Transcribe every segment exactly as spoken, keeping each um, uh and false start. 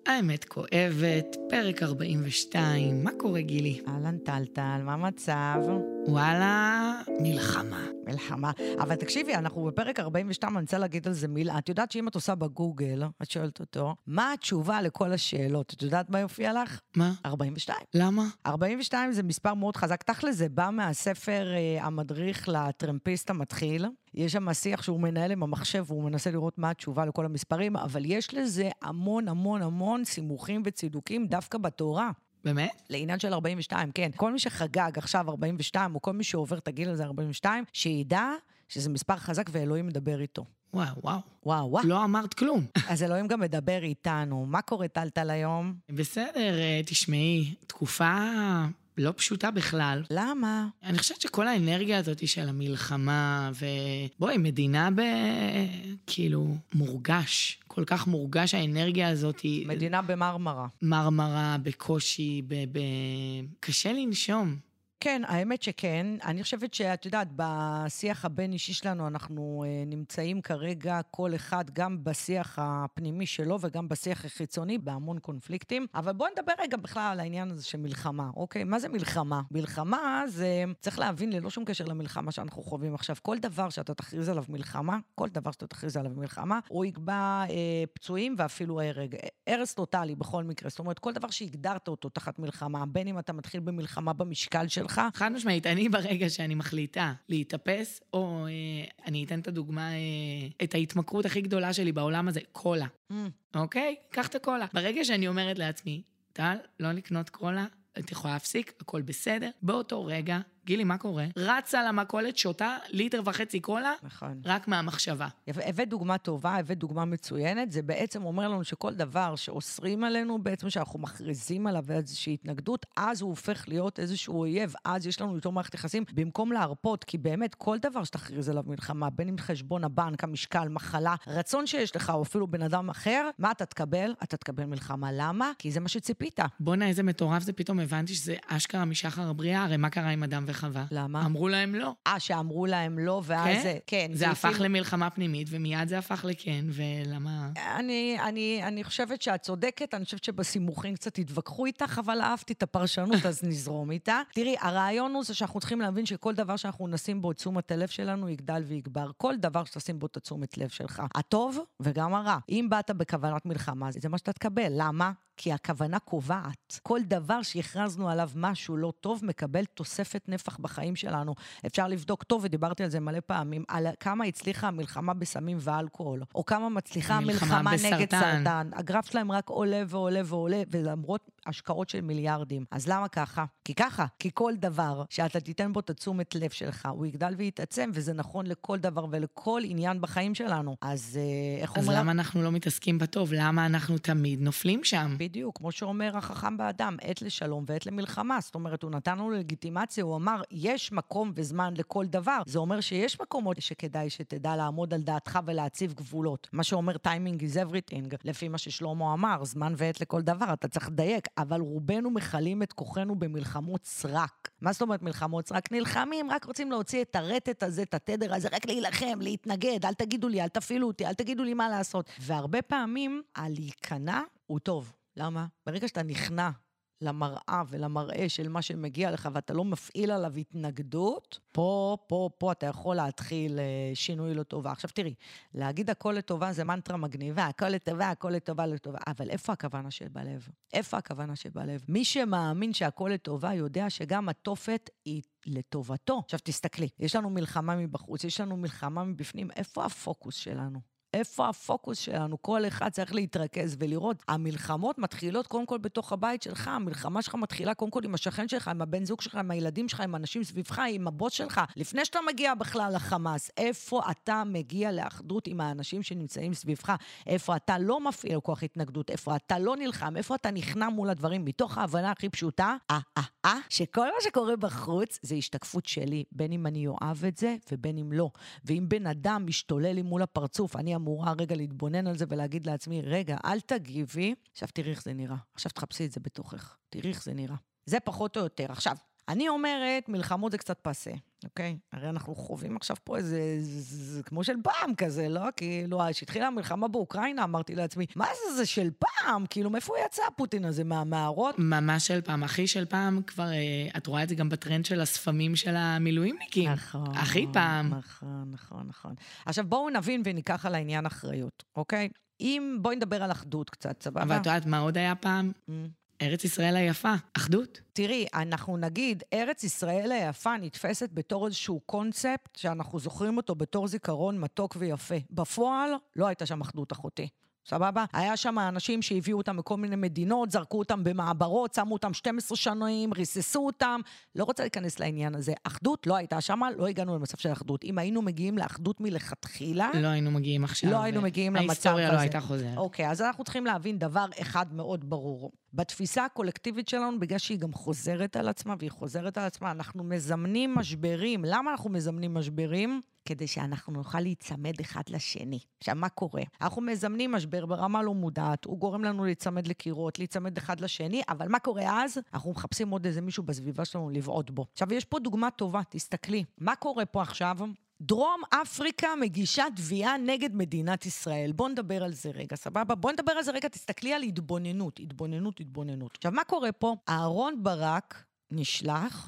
האמת כואבת, פרק ארבעים ושתיים, מה קורה גילי? אהלן טלטל, מה המצב? וואלה, מלחמה. מלחמה. אבל תקשיבי, אנחנו בפרק ארבעים ושתיים, אני רוצה להגיד על זה מילה. את יודעת שאם את עושה בגוגל, את שואלת אותו, מה התשובה לכל השאלות? את יודעת מה יופיע לך? מה? ארבעים ושתיים. למה? ארבעים ושתיים זה מספר מאוד חזק. תכל'ס זה בא מהספר אה, המדריך לטרמפיסט המתחיל. יש שם שיח שהוא מנהל עם המחשב, והוא מנסה לראות מה התשובה לכל המספרים, אבל יש לזה המון המון המון סימוכים וצידוקים דווקא בתורה. באמת? לעניין של ארבעים ושתיים, כן. כל מי שחגג עכשיו ארבעים ושתיים, או כל מי שעובר את הגיל הזה ארבעים ושתיים, שידע שזה מספר חזק ואלוהים מדבר איתו. וואו, וואו. וואו, וואו. לא אמרת כלום. אז אלוהים גם מדבר איתנו. מה קורה טלטל היום? בסדר, תשמעי, תקופה לא פשוטה בכלל. למה? אני חושבת שכל האנרגיה הזאת של המלחמה, ובואי, מדינה ב... כאילו, מורגש. כל כך מורגש האנרגיה הזאת. מדינה במרמרה. מרמרה, בקושי, ב... ב... קשה לנשום. כן, האמת שכן. אני חושבת שאת יודעת, בשיח הבין אישי שלנו אנחנו uh, נמצאים כרגע כל אחד גם בשיח הפנימי שלו וגם בשיח החיצוני, בהמון קונפליקטים. אבל בואו נדבר רגע בכלל על העניין הזה של מלחמה, אוקיי? מה זה מלחמה? מלחמה זה, צריך להבין ללא שום קשר למלחמה שאנחנו חווים עכשיו. כל דבר שאתה תכריז עליו מלחמה, כל דבר שאתה תכריז עליו מלחמה, הוא יקבע uh, פצועים ואפילו הרג. הרס טוטלי בכל מקרה. זאת אומרת, כל דבר שהגדרת אותו תחת מלחמה, בין אם אתה מתחיל במלחמה במשקל שלך, חד משמעית, אני ברגע שאני מחליטה להתאפס, או אה, אני אתן את הדוגמה, אה, את ההתמכרות הכי גדולה שלי בעולם הזה, קולה. Mm. אוקיי? קח את הקולה. ברגע שאני אומרת לעצמי, טל, לא לקנות קולה, את יכולה להפסיק, הכל בסדר. באותו רגע, גילי, מה קורה? רצה למכולת, שותה ליטר וחצי קולה, נכון. רק מהמחשבה. הבאת דוגמה טובה, הבאת דוגמה מצוינת, זה בעצם אומר לנו שכל דבר שאוסרים עלינו, בעצם שאנחנו מכריזים עליו איזושהי התנגדות, אז הוא הופך להיות איזשהו אויב, אז יש לנו יותר מערכת יחסים, במקום להרפות, כי באמת כל דבר שתכריז עליו מלחמה, בין אם חשבון הבנק, המשקל, מחלה, רצון שיש לך, או אפילו בן אדם אחר, מה אתה תקבל? אתה תקבל מלחמה. למה? כי זה מה שציפית. בונה, איזה מטורף זה, פתאום הבנתי שזה אשכרה משחר הבריאה, הרי מה קרה עם אדם וחווה? למה? אמרו להם לא. אה, שאמרו להם לא, ואז כן? זה, כן. זה הפך אפילו... למלחמה פנימית, ומיד זה הפך לכן, ולמה? אני, אני, אני חושבת שאת צודקת, אני חושבת שבסימוכים קצת התווכחו איתך, אבל אהבתי את הפרשנות, אז נזרום איתה. תראי, הרעיון הוא זה שאנחנו צריכים להבין שכל דבר שאנחנו נשים בו את תשומת הלב שלנו, יגדל ויגבר. כל דבר שתשים בו את תשומת לב שלך. הטוב וגם הרע. אם באת בכוונת מלחמה, זה מה שאתה תקבל. למה? כי הכוונה קובעת. כל דבר שהכרזנו עליו משהו לא טוב, מקבל תוספת נפח בחיים שלנו. אפשר לבדוק טוב, ודיברתי על זה מלא פעמים, על כמה הצליחה המלחמה בסמים ואלכוהול, או כמה מצליחה המלחמה נגד סרטן. הגרף שלהם רק עולה ועולה ועולה, ולמרות השקעות של מיליארדים. אז למה ככה? כי ככה, כי כל דבר שאתה תיתן בו את תשומת לב שלך, הוא יגדל ויתעצם, וזה נכון לכל דבר ולכל עניין בחיים שלנו. אז איך אז אומר... למה אנחנו לא מתעסקים בטוב? למה אנחנו תמיד נופלים שם? בדיוק, כמו שאומר החכם באדם, עת לשלום ועת למלחמה. זאת אומרת, הוא נתן לנו לגיטימציה, הוא אמר, יש מקום וזמן לכל דבר. זה אומר שיש מקומות שכדאי שתדע לעמוד על דעתך ולהציב גבולות. מה שאומר timing is everything, לפי מה ששלמה אמר, זמן ועת לכל דבר, אתה צריך לדייק, אבל רובנו מחלים את כוחנו במלחמות סרק. מה זאת אומרת מלחמות סרק? נלחמים, רק רוצים להוציא את הרטט הזה, את התדר הזה, רק להילחם, להתנגד, אל תגידו לי, אל תפעילו אותי, אל תגידו לי מה לעשות. והרבה פעמים, הלהיכנע הוא טוב. למה? ברגע שאתה נכנע למראה ולמראה של מה שמגיע לך, ואתה לא מפעיל עליו התנגדות, פה, פה, פה אתה יכול להתחיל שינוי לטובה. עכשיו תראי, להגיד הכל לטובה זה מנטרה מגניבה, הכל לטובה, הכל לטובה, לטובה. אבל איפה הכוונה שבלב? איפה הכוונה שבלב? מי שמאמין שהכל לטובה יודע שגם התופת היא לטובתו. עכשיו תסתכלי, יש לנו מלחמה מבחוץ, יש לנו מלחמה מבפנים, איפה הפוקוס שלנו? איפה הפוקוס שלנו? כל אחד צריך להתרכז ולראות. המלחמות מתחילות קודם כל בתוך הבית שלך, המלחמה שלך מתחילה קודם כל עם השכן שלך, עם הבן זוג שלך, עם הילדים שלך, עם אנשים סביבך, עם הבוס שלך. לפני שאתה מגיע בכלל לחמאס, איפה אתה מגיע לאחדות עם האנשים שנמצאים סביבך? איפה אתה לא מפעיל כוח התנגדות? איפה אתה לא נלחם? איפה אתה נכנע מול הדברים? מתוך ההבנה הכי פשוטה, אה, אה, אה, שכל מה שקורה בחוץ זה השתקפות שלי, בין אם אני אוהב את זה ובין אם לא. ואם בן אדם משתולל לי מול הפרצוף, אני אמורה רגע להתבונן על זה ולהגיד לעצמי, רגע, אל תגיבי, עכשיו תראי איך זה נראה. עכשיו תחפשי את זה בתוכך. תראי איך זה נראה. זה פחות או יותר. עכשיו, אני אומרת, מלחמות זה קצת פסה, אוקיי? הרי אנחנו חווים עכשיו פה איזה, זה, זה כמו של פעם כזה, לא? כאילו, כשהתחילה המלחמה באוקראינה, אמרתי לעצמי, מה זה זה של פעם? כאילו, מאיפה יצא הפוטין הזה? מהמערות? ממש של פעם, הכי של פעם כבר, את רואה את זה גם בטרנד של הספמים של המילואימניקים. נכון. הכי פעם. נכון, נכון, נכון. עכשיו, בואו נבין וניקח על העניין אחריות, אוקיי? אם, בואי נדבר על אחדות קצת, סבבה? אבל את יודעת מה עוד היה פעם? Mm. ארץ ישראל היפה, אחדות. תראי, אנחנו נגיד, ארץ ישראל היפה נתפסת בתור איזשהו קונספט, שאנחנו זוכרים אותו בתור זיכרון מתוק ויפה. בפועל, לא הייתה שם אחדות אחותי. סבבה? היה שם אנשים שהביאו אותם מכל מיני מדינות, זרקו אותם במעברות, שמו אותם שתים עשרה שנים, ריססו אותם. לא רוצה להיכנס לעניין הזה. אחדות לא הייתה שם, לא הגענו למצב של אחדות. אם היינו מגיעים לאחדות מלכתחילה, לא היינו מגיעים עכשיו. לא היינו מגיעים למצב הזה. ההיסטוריה לא הייתה חוזרת. אוקיי, אז אנחנו צריכים להבין דבר אחד מאוד ברור. בתפיסה הקולקטיבית שלנו, בגלל שהיא גם חוזרת על עצמה, והיא חוזרת על עצמה, אנחנו מזמנים משברים. למה אנחנו מזמנים משברים? כדי שאנחנו נוכל להיצמד אחד לשני. עכשיו, מה קורה? אנחנו מזמנים משבר ברמה לא מודעת, הוא גורם לנו להיצמד לקירות, להיצמד אחד לשני, אבל מה קורה אז? אנחנו מחפשים עוד איזה מישהו בסביבה שלנו לבעוט בו. עכשיו, יש פה דוגמה טובה, תסתכלי. מה קורה פה עכשיו? דרום אפריקה מגישה תביעה נגד מדינת ישראל. בוא נדבר על זה רגע, סבבה? בוא נדבר על זה רגע, תסתכלי על התבוננות, התבוננות, התבוננות. עכשיו, מה קורה פה? אהרון ברק נשלח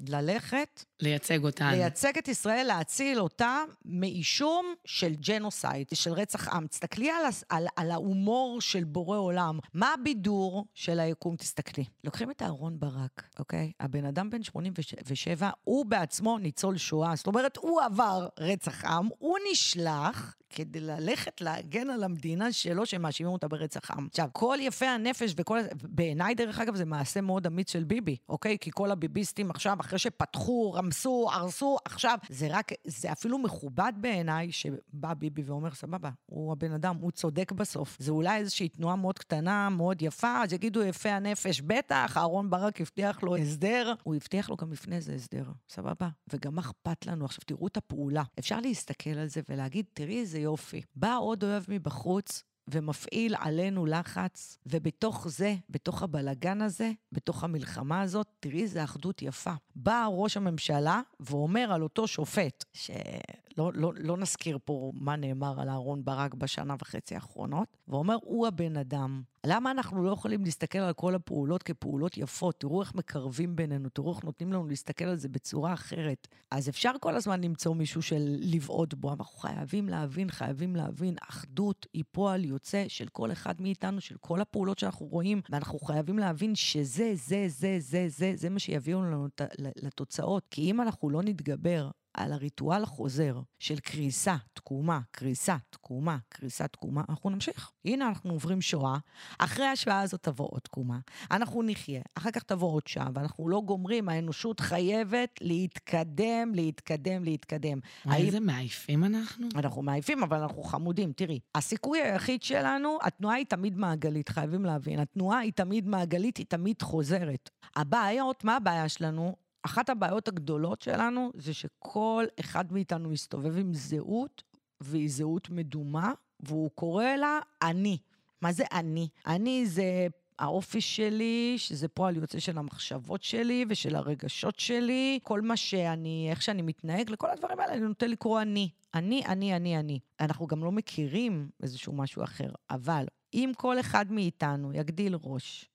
ללכת, לייצג אותנו. לייצג את ישראל, להציל אותה מאישום של ג'נוסייד, של רצח עם. תסתכלי על, על, על ההומור של בורא עולם. מה הבידור של היקום? תסתכלי. לוקחים את אהרון ברק, אוקיי? הבן אדם בן שמונים ושבע, הוא בעצמו ניצול שואה. זאת אומרת, הוא עבר רצח עם, הוא נשלח כדי ללכת להגן על המדינה שלו שמאשימים אותה ברצח עם. עכשיו, כל יפי הנפש וכל... בעיניי, דרך אגב, זה מעשה מאוד אמיץ של ביבי, אוקיי? כי כל הביביסטים עכשיו, אחרי שפתחו, רמסו, הרסו, עכשיו, זה רק, זה אפילו מכובד בעיניי שבא ביבי ואומר, סבבה, הוא הבן אדם, הוא צודק בסוף. זה אולי איזושהי תנועה מאוד קטנה, מאוד יפה, אז יגידו יפי הנפש, בטח, אהרון ברק הבטיח לו הסדר, הוא הבטיח לו גם לפני זה הסדר, סבבה? וגם אכפת לנו. עכשיו, תראו את הפעולה. אפשר להסתכל על זה ולהגיד, תראי איזה יופי. בא עוד אוהב מבחוץ, ומפעיל עלינו לחץ, ובתוך זה, בתוך הבלגן הזה, בתוך המלחמה הזאת, תראי, זה אחדות יפה. בא ראש הממשלה ואומר על אותו שופט, שלא לא, לא נזכיר פה מה נאמר על אהרון ברק בשנה וחצי האחרונות, ואומר, הוא הבן אדם. למה אנחנו לא יכולים להסתכל על כל הפעולות כפעולות יפות? תראו איך מקרבים בינינו, תראו איך נותנים לנו להסתכל על זה בצורה אחרת. אז אפשר כל הזמן למצוא מישהו של לבעוט בו, אבל אנחנו חייבים להבין, חייבים להבין, אחדות היא פועל יוצא של כל אחד מאיתנו, של כל הפעולות שאנחנו רואים, ואנחנו חייבים להבין שזה, זה, זה, זה, זה, זה מה שיביאו לנו לתוצאות. כי אם אנחנו לא נתגבר על הריטואל החוזר של קריסה, תקומה, קריסה, תקומה, קריסה, תקומה, אנחנו נמשיך. הנה אנחנו עוברים שואה, אחרי השעה הזאת תבוא עוד תקומה, אנחנו נחיה, אחר כך תבוא עוד שעה, ואנחנו לא גומרים, האנושות חייבת להתקדם, להתקדם, להתקדם. איזה מעייפים אנחנו? אנחנו מעייפים, אבל אנחנו חמודים. תראי, הסיכוי היחיד שלנו, התנועה היא תמיד מעגלית, חייבים להבין. התנועה היא תמיד מעגלית, היא תמיד חוזרת. הבעיות, מה הבעיה שלנו? אחת הבעיות הגדולות שלנו זה שכל אחד מאיתנו מסתובב עם זהות, והיא זהות מדומה, והוא קורא לה אני. מה זה אני? אני זה האופי שלי, שזה פועל יוצא של המחשבות שלי ושל הרגשות שלי, כל מה שאני, איך שאני מתנהג, לכל הדברים האלה אני נוטה לקרוא אני. אני, אני, אני, אני. אנחנו גם לא מכירים איזשהו משהו אחר, אבל אם כל אחד מאיתנו יגדיל ראש,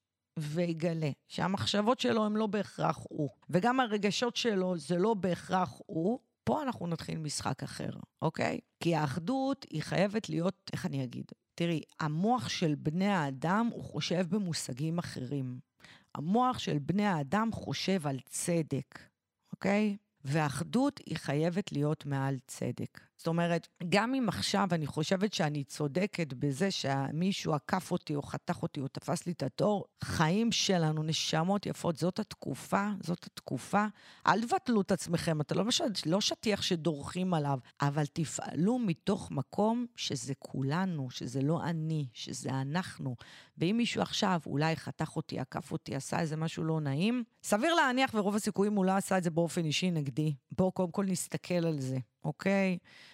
ויגלה שהמחשבות שלו הם לא בהכרח הוא, וגם הרגשות שלו זה לא בהכרח הוא, פה אנחנו נתחיל משחק אחר, אוקיי? כי האחדות היא חייבת להיות, איך אני אגיד? תראי, המוח של בני האדם הוא חושב במושגים אחרים. המוח של בני האדם חושב על צדק, אוקיי? והאחדות היא חייבת להיות מעל צדק. זאת אומרת, גם אם עכשיו אני חושבת שאני צודקת בזה שמישהו עקף אותי או חתך אותי או תפס לי את התור, חיים שלנו, נשמות יפות, זאת התקופה, זאת התקופה. אל תבטלו את עצמכם, אתה לא, מש... לא שטיח שדורכים עליו, אבל תפעלו מתוך מקום שזה כולנו, שזה לא אני, שזה אנחנו. ואם מישהו עכשיו אולי חתך אותי, עקף אותי, עשה איזה משהו לא נעים, סביר להניח ורוב הסיכויים הוא לא עשה את זה באופן אישי נגדי. בואו קודם כל נסתכל על זה. אוקיי?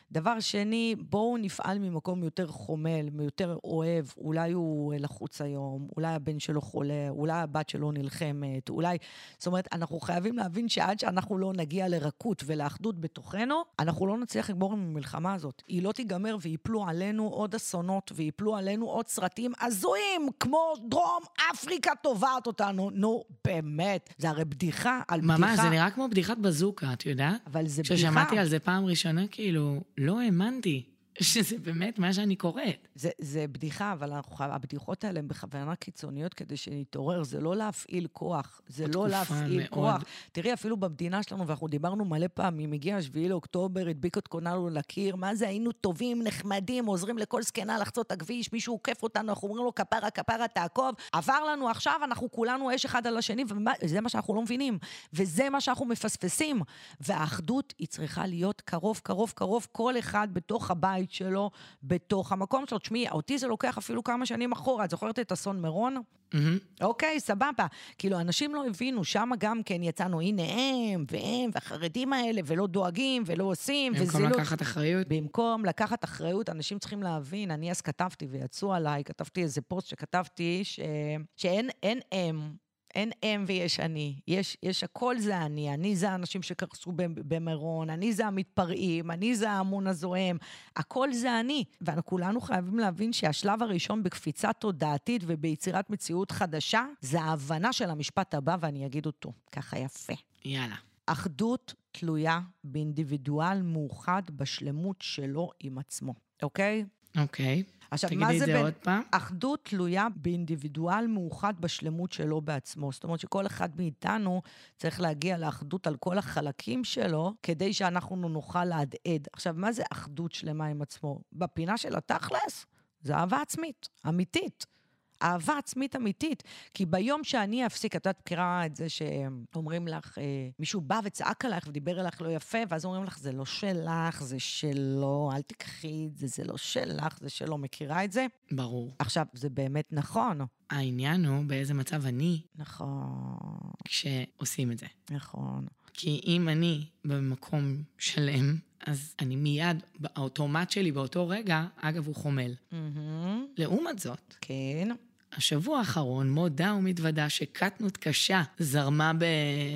דבר שני, בואו נפעל ממקום יותר חומל, יותר אוהב, אולי הוא לחוץ היום, אולי הבן שלו חולה, אולי הבת שלו נלחמת, אולי, זאת אומרת, אנחנו חייבים להבין שעד שאנחנו לא נגיע לרקות ולאחדות בתוכנו, אנחנו לא נצליח לגמור עם המלחמה הזאת. היא לא תיגמר ויפלו עלינו עוד אסונות, ויפלו עלינו עוד סרטים הזויים, כמו דרום אפריקה תובעת אותנו. נו, באמת, זה הרי בדיחה על ממש, בדיחה. ממש, זה נראה כמו בדיחת בזוקה, את יודעת? אבל זה בדיחה. כששמעתי על זה פעם ראשונה, כאילו, לא האמנתי שזה באמת מה שאני קוראת. זה, זה בדיחה, אבל אנחנו, הבדיחות האלה הן בכוונה קיצוניות כדי שנתעורר, זה לא להפעיל כוח, זה לא להפעיל מאוד. כוח. תראי, אפילו במדינה שלנו, ואנחנו דיברנו מלא פעמים, הגיע השביעי לאוקטובר, הדביק את קוננו לקיר, מה זה, היינו טובים, נחמדים, עוזרים לכל סקנה לחצות הכביש, מישהו עוקף אותנו, אנחנו אומרים לו, כפרה, כפרה, תעקוב, עבר לנו עכשיו, אנחנו כולנו אש אחד על השני, וזה מה שאנחנו לא מבינים, וזה מה שאנחנו מפספסים, והאחדות היא צריכה להיות קרוב, קרוב, קרוב, כל אחד בתוך הבית שלו, בתוך המקום שלו. תשמעי, אותי זה לוקח אפילו כמה שנים אחורה. את זוכרת את אסון מירון? אוקיי, סבבה. כאילו, אנשים לא הבינו, שם גם כן יצאנו, הנה הם, והם, והחרדים האלה, ולא דואגים, ולא עושים. במקום לקחת אחריות. במקום לקחת אחריות, אנשים צריכים להבין. אני אז כתבתי, ויצאו עליי, כתבתי איזה פוסט שכתבתי, שאין הם, אין הם ויש אני. יש, יש הכל זה אני. אני זה האנשים שקרסו במירון, אני זה המתפרעים, אני זה ההמון הזוהם. הכל זה אני. וכולנו חייבים להבין שהשלב הראשון בקפיצה תודעתית וביצירת מציאות חדשה, זה ההבנה של המשפט הבא, ואני אגיד אותו ככה יפה. יאללה. אחדות תלויה באינדיבידואל מאוחד בשלמות שלו עם עצמו. אוקיי? אוקיי. עכשיו, תגידי מה את זה, זה בין... עוד פעם? אחדות תלויה באינדיבידואל מאוחד בשלמות שלו בעצמו. זאת אומרת שכל אחד מאיתנו צריך להגיע לאחדות על כל החלקים שלו, כדי שאנחנו נוכל להדעד. עכשיו, מה זה אחדות שלמה עם עצמו? בפינה של התכלס, זה אהבה עצמית, אמיתית. אהבה עצמית אמיתית, כי ביום שאני אפסיק, את מכירה את זה שאומרים לך, אה, מישהו בא וצעק עליך ודיבר אליך לא יפה, ואז אומרים לך, זה לא שלך, זה שלו, אל תקחי את זה, זה לא שלך, זה שלו, מכירה את זה? ברור. עכשיו, זה באמת נכון. העניין הוא באיזה מצב אני, נכון. כשעושים את זה. נכון. כי אם אני במקום שלם, אז אני מיד, האוטומט שלי באותו רגע, אגב, הוא חומל. Mm-hmm. לעומת זאת, כן. השבוע האחרון מודה ומתוודה שקטנות קשה זרמה ב...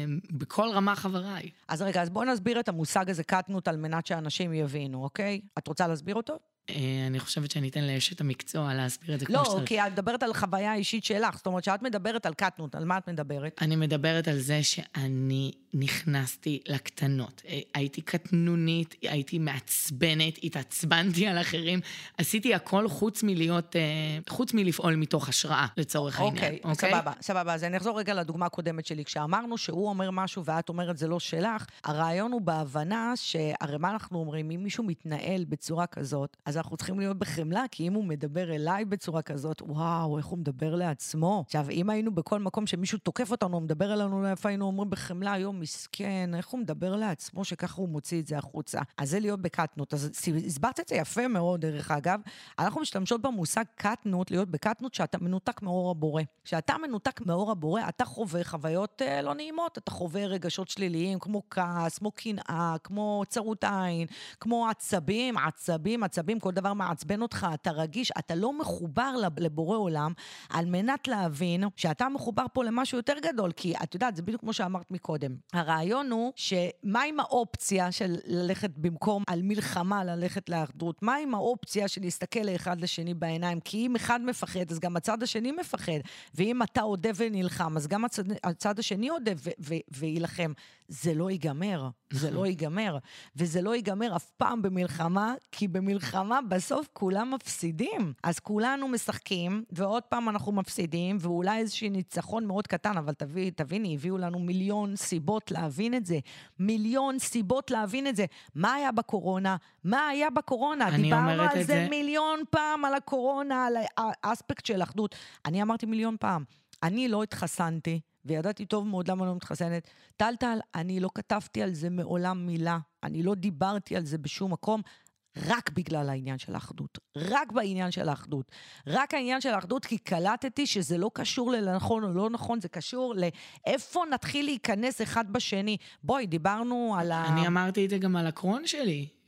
בכל רמה חבריי. אז רגע, אז בואו נסביר את המושג הזה קטנות על מנת שאנשים יבינו, אוקיי? את רוצה להסביר אותו? אני חושבת שאני אתן לאשת המקצוע להסביר את זה כמו לא, שצריך. כי את מדברת על חוויה אישית שלך, זאת אומרת שאת מדברת על קטנות, על מה את מדברת? אני מדברת על זה שאני נכנסתי לקטנות. הייתי קטנונית, הייתי מעצבנת, התעצבנתי על אחרים, עשיתי הכל חוץ מלהיות, חוץ מלפעול מתוך השראה, לצורך העניין. אוקיי, סבבה, סבבה. אז אני אחזור רגע לדוגמה הקודמת שלי. כשאמרנו שהוא אומר משהו ואת אומרת זה לא שלך, הרעיון הוא בהבנה שהרי מה אנחנו אומרים, אם מישהו מתנהל בצורה כזאת, אז אנחנו צריכים להיות בחמלה, כי אם הוא מדבר אליי בצורה כזאת, וואו, איך הוא מדבר לעצמו. עכשיו, אם היינו בכל מקום שמישהו תוקף אותנו, הוא מדבר אלינו לאיפה, היינו אומרים בחמלה, היום מסכן, איך הוא מדבר לעצמו, שככה הוא מוציא את זה החוצה. אז זה להיות בקטנות. אז הסברת את זה יפה מאוד, דרך אגב. אנחנו משתמשות במושג קטנות, להיות בקטנות, שאתה מנותק מאור הבורא. כשאתה מנותק מאור הבורא, אתה חווה חוויות אה, לא נעימות, אתה חווה רגשות שליליים, כמו כעס, כמו קנאה, כמו צרות עין, כמו עצבים, עצבים, עצבים, כל דבר מעצבן אותך, אתה רגיש, אתה לא מחובר לבורא עולם, על מנת להבין שאתה מחובר פה למשהו יותר גדול, כי את יודעת, זה בדיוק כמו שאמרת מקודם. הרעיון הוא שמה עם האופציה של ללכת במקום על מלחמה, ללכת לאחדות? מה עם האופציה של להסתכל לאחד לשני בעיניים? כי אם אחד מפחד, אז גם הצד השני מפחד. ואם אתה עודף ונלחם, אז גם הצד, הצד השני עודף וילחם. זה לא ייגמר. זה לא ייגמר. וזה לא ייגמר אף פעם במלחמה, כי במלחמה בסוף כולם מפסידים. אז כולנו משחקים, ועוד פעם אנחנו מפסידים, ואולי איזושהי ניצחון מאוד קטן, אבל תביא, תביני, הביאו לנו מיליון סיבות להבין את זה. מיליון סיבות להבין את זה. מה היה בקורונה? מה היה בקורונה? דיברנו על זה, זה מיליון פעם, על הקורונה, על האספקט של אחדות. אני אמרתי מיליון פעם. אני לא התחסנתי, וידעתי טוב מאוד למה לא מתחסנת. טל טל, אני לא כתבתי על זה מעולם מילה. אני לא דיברתי על זה בשום מקום, רק בגלל העניין של האחדות. רק בעניין של האחדות. רק העניין של האחדות, כי קלטתי שזה לא קשור לנכון או לא נכון, זה קשור לאיפה נתחיל להיכנס אחד בשני. בואי, דיברנו על ה... אני אמרתי את זה גם על הקרון שלי, ש...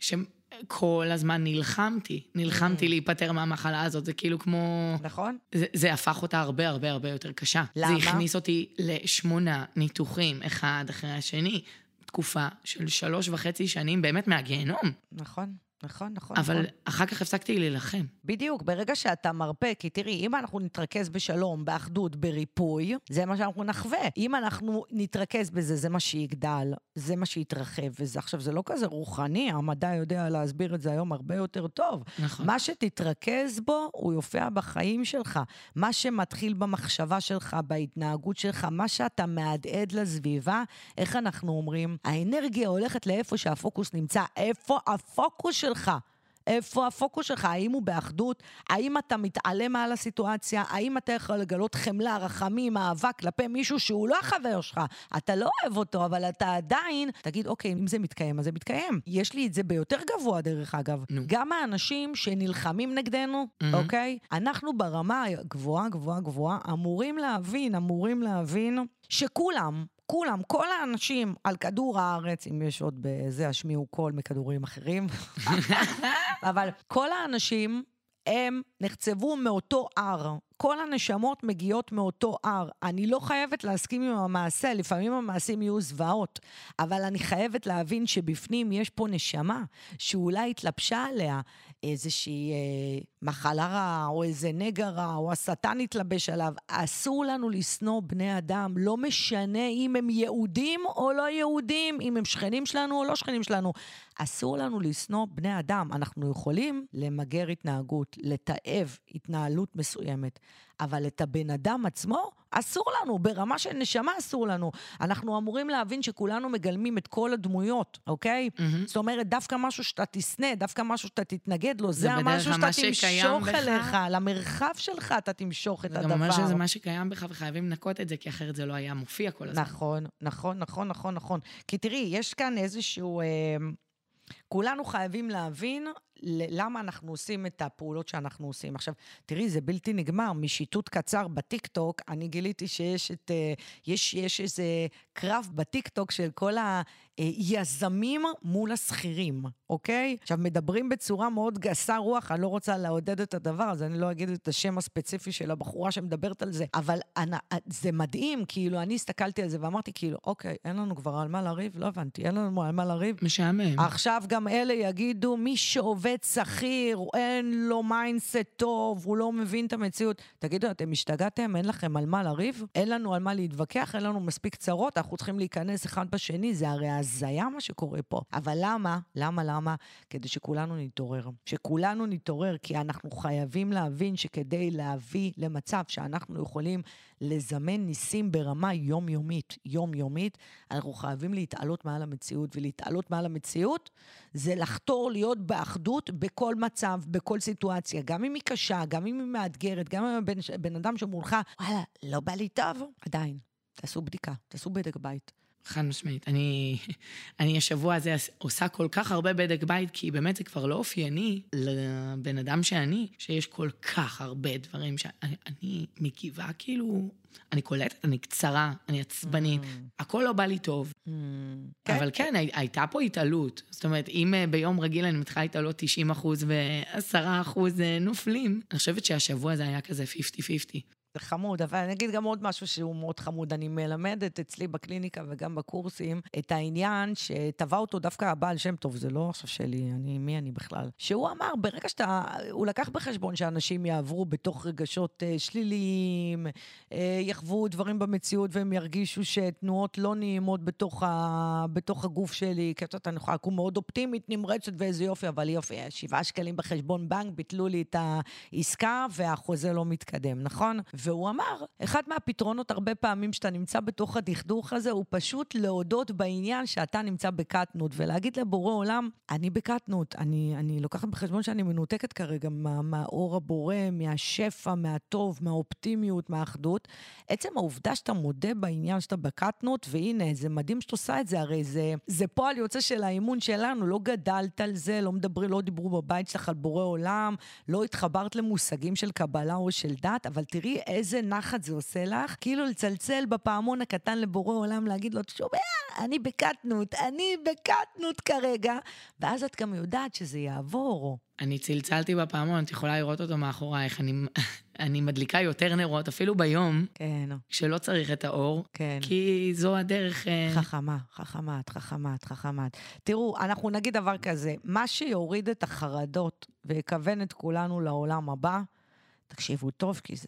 כל הזמן נלחמתי, נלחמתי להיפטר מהמחלה הזאת, זה כאילו כמו... נכון. זה, זה הפך אותה הרבה הרבה הרבה יותר קשה. למה? זה הכניס אותי לשמונה ניתוחים, אחד אחרי השני, תקופה של שלוש וחצי שנים באמת מהגיהנום. נכון. נכון, נכון. אבל נכון. אחר כך הפסקתי להילחם. בדיוק, ברגע שאתה מרפא, כי תראי, אם אנחנו נתרכז בשלום, באחדות, בריפוי, זה מה שאנחנו נחווה. אם אנחנו נתרכז בזה, זה מה שיגדל, זה מה שיתרחב, וזה עכשיו, זה לא כזה רוחני, המדע יודע להסביר את זה היום הרבה יותר טוב. נכון. מה שתתרכז בו, הוא יופיע בחיים שלך. מה שמתחיל במחשבה שלך, בהתנהגות שלך, מה שאתה מעדעד לסביבה, איך אנחנו אומרים? האנרגיה הולכת לאיפה שהפוקוס נמצא, איפה הפוקוס שלך? שלך. איפה הפוקוס שלך? האם הוא באחדות? האם אתה מתעלם מעל הסיטואציה? האם אתה יכול לגלות חמלה, רחמים, אהבה כלפי מישהו שהוא לא החבר שלך? אתה לא אוהב אותו, אבל אתה עדיין, תגיד, אוקיי, אם זה מתקיים, אז זה מתקיים. יש לי את זה ביותר גבוה, דרך אגב. No. גם האנשים שנלחמים נגדנו, mm-hmm. אוקיי? אנחנו ברמה גבוהה, גבוהה, גבוהה, אמורים להבין, אמורים להבין שכולם, כולם, כל האנשים על כדור הארץ, אם יש עוד בזה, השמיעו קול מכדורים אחרים, אבל כל האנשים, הם נחצבו מאותו אר. כל הנשמות מגיעות מאותו אר. אני לא חייבת להסכים עם המעשה, לפעמים המעשים יהיו זוועות, אבל אני חייבת להבין שבפנים יש פה נשמה, שאולי התלבשה עליה איזושהי אה, מחלה רעה, או איזה נגע רע, או השטן התלבש עליו. אסור לנו לסנוע בני אדם, לא משנה אם הם יהודים או לא יהודים, אם הם שכנים שלנו או לא שכנים שלנו. אסור לנו לסנוע בני אדם. אנחנו יכולים למגר התנהגות, לתאב התנהלות מסוימת, אבל את הבן אדם עצמו אסור לנו, ברמה של נשמה אסור לנו. אנחנו אמורים להבין שכולנו מגלמים את כל הדמויות, אוקיי? Mm-hmm. זאת אומרת, דווקא משהו שאתה תסנה, דווקא משהו שאתה תתנגד לו, זה, זה המשהו שאתה תמשוך אליך, למרחב שלך אתה תמשוך את הדבר. זה אומר שזה מה שקיים בך, וחייבים לנקות את זה, כי אחרת זה לא היה מופיע כל הזמן. נכון, נכון, נכון, נכון, נכון. כי תראי, יש כאן איזשהו... אה, כולנו חייבים להבין למה אנחנו עושים את הפעולות שאנחנו עושים. עכשיו, תראי, זה בלתי נגמר. משיטוט קצר בטיקטוק, אני גיליתי שיש את, יש, יש איזה קרב בטיקטוק של כל היזמים מול הסחירים, אוקיי? עכשיו, מדברים בצורה מאוד גסה רוח, אני לא רוצה לעודד את הדבר, אז אני לא אגיד את השם הספציפי של הבחורה שמדברת על זה, אבל אני, זה מדהים, כאילו, אני הסתכלתי על זה ואמרתי, כאילו, אוקיי, אין לנו כבר על מה לריב? לא הבנתי, אין לנו על מה לריב. משעמם. עכשיו גם אלה יגידו, מי שעובד שכיר, אין לו מיינדסט טוב, הוא לא מבין את המציאות. תגידו, אתם השתגעתם? אין לכם על מה לריב? אין לנו על מה להתווכח, אין לנו מספיק צרות, אנחנו צריכים להיכנס אחד בשני, זה הרי הזיה מה שקורה פה. אבל למה? למה, למה? כדי שכולנו נתעורר. שכולנו נתעורר, כי אנחנו חייבים להבין שכדי להביא למצב שאנחנו יכולים לזמן ניסים ברמה יומיומית, יומיומית, אנחנו חייבים להתעלות מעל המציאות, ולהתעלות מעל המציאות זה לחתור להיות באחדות בכל מצב, בכל סיטואציה, גם אם היא קשה, גם אם היא מאתגרת, גם אם בן, בן אדם שמולך, וואלה, לא בא לי טוב, עדיין, תעשו בדיקה, תעשו בדק בית. חד משמעית. אני, אני השבוע הזה עושה כל כך הרבה בדק בית, כי באמת זה כבר לא אופייני לבן אדם שאני, שיש כל כך הרבה דברים שאני אני מגיבה כאילו, אני קולטת, אני קצרה, אני עצבנית, mm. הכל לא בא לי טוב. Mm. אבל כן, הי, הייתה פה התעלות. זאת אומרת, אם ביום רגיל אני מתחילה התעלות תשעים אחוז ו-עשרה אחוז נופלים, אני חושבת שהשבוע זה היה כזה חמישים חמישים. זה חמוד, אבל אני אגיד גם עוד משהו שהוא מאוד חמוד. אני מלמדת אצלי בקליניקה וגם בקורסים את העניין שטבע אותו דווקא הבעל שם טוב, זה לא עכשיו שלי, אני, מי אני בכלל? שהוא אמר, ברגע שאתה, הוא לקח בחשבון שאנשים יעברו בתוך רגשות אה, שליליים, אה, יחוו דברים במציאות והם ירגישו שתנועות לא נעימות בתוך, ה, בתוך הגוף שלי, כי אתה יכולה לקום מאוד אופטימית, נמרצת ואיזה יופי, אבל יופי, שבעה שקלים בחשבון בנק, ביטלו לי את העסקה והחוזה לא מתקדם, נכון? והוא אמר, אחד מהפתרונות הרבה פעמים שאתה נמצא בתוך הדכדוך הזה, הוא פשוט להודות בעניין שאתה נמצא בקטנות, ולהגיד לבורא עולם, אני בקטנות, אני, אני לוקחת בחשבון שאני מנותקת כרגע מה, מהאור הבורא, מהשפע, מהטוב, מהאופטימיות, מהאחדות. עצם העובדה שאתה מודה בעניין שאתה בקטנות, והנה, זה מדהים שאתה עושה את זה, הרי זה, זה פועל יוצא של האימון שלנו, לא גדלת על זה, לא מדברי, לא דיברו בבית שלך על בורא עולם, לא התחברת למושגים של קבלה או של דת, אבל תראי איזה נחת זה עושה לך, כאילו לצלצל בפעמון הקטן לבורא עולם, להגיד לו, שומע, אני בקטנות, אני בקטנות כרגע, ואז את גם יודעת שזה יעבור. אני צלצלתי בפעמון, את יכולה לראות אותו מאחורייך, אני, אני מדליקה יותר נרות, אפילו ביום, כן. שלא צריך את האור, כן. כי זו הדרך... חכמה, חכמת, חכמת, חכמת. תראו, אנחנו נגיד דבר כזה, מה שיוריד את החרדות ויקוון את כולנו לעולם הבא, תקשיבו טוב, כי זה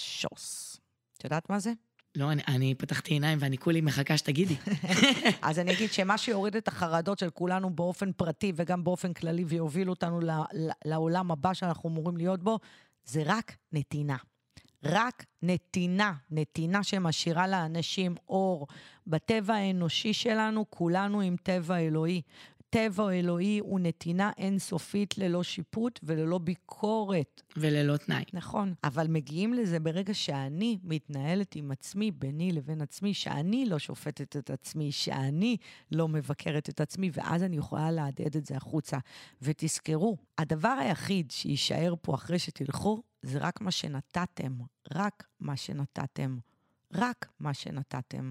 שוס. את יודעת מה זה? לא, אני, אני פתחתי עיניים ואני כולי מחכה שתגידי. אז אני אגיד שמה שיוריד את החרדות של כולנו באופן פרטי וגם באופן כללי ויוביל אותנו לעולם הבא שאנחנו אמורים להיות בו, זה רק נתינה. רק נתינה, נתינה שמשאירה לאנשים אור. בטבע האנושי שלנו, כולנו עם טבע אלוהי. טבע אלוהי הוא נתינה אינסופית ללא שיפוט וללא ביקורת. וללא תנאי. נכון, אבל מגיעים לזה ברגע שאני מתנהלת עם עצמי, ביני לבין עצמי, שאני לא שופטת את עצמי, שאני לא מבקרת את עצמי, ואז אני יכולה להדהד את זה החוצה. ותזכרו, הדבר היחיד שישאר פה אחרי שתלכו, זה רק מה שנתתם, רק מה שנתתם. רק מה שנתתם.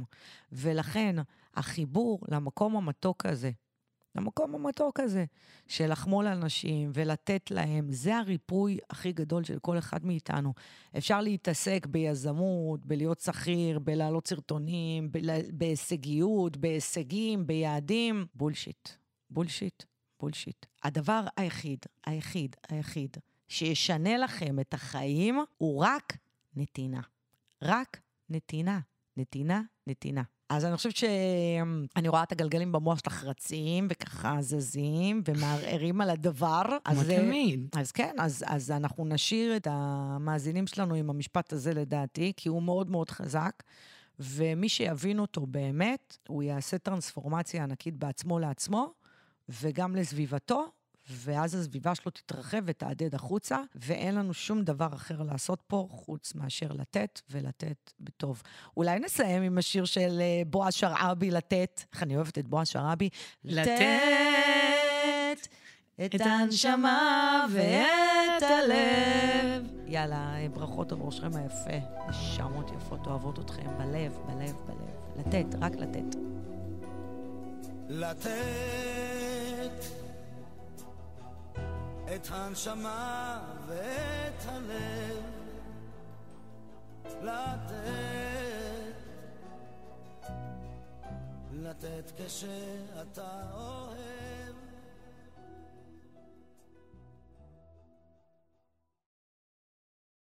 ולכן, החיבור למקום המתוק הזה, למקום המתוק הזה, של לחמול אנשים ולתת להם, זה הריפוי הכי גדול של כל אחד מאיתנו. אפשר להתעסק ביזמות, בלהיות שכיר, בלהעלות סרטונים, בהישגיות, בהישגים, ביעדים. בולשיט, בולשיט, בולשיט. הדבר היחיד, היחיד, היחיד, שישנה לכם את החיים, הוא רק נתינה. רק נתינה, נתינה, נתינה. אז אני חושבת שאני רואה את הגלגלים במוח שלך רצים, וככה זזים, ומערערים על הדבר. כמו תמיד. אז כן, אז, אז אנחנו נשאיר את המאזינים שלנו עם המשפט הזה לדעתי, כי הוא מאוד מאוד חזק, ומי שיבין אותו באמת, הוא יעשה טרנספורמציה ענקית בעצמו לעצמו, וגם לסביבתו, ואז הסביבה שלו תתרחב ותעדד החוצה, ואין לנו שום דבר אחר לעשות פה, חוץ מאשר לתת ולתת בטוב. אולי נסיים עם השיר של בועז שרעבי, לתת. איך אני אוהבת את בועז שרעבי? לתת את הנשמה ואת הלב. יאללה, ברכות על ראשכם היפה. נשמות יפות, אוהבות אתכם בלב, בלב, בלב. לתת, רק לתת. לתת את הנשמה ואת הלב, לתת, לתת כשאתה אוהב.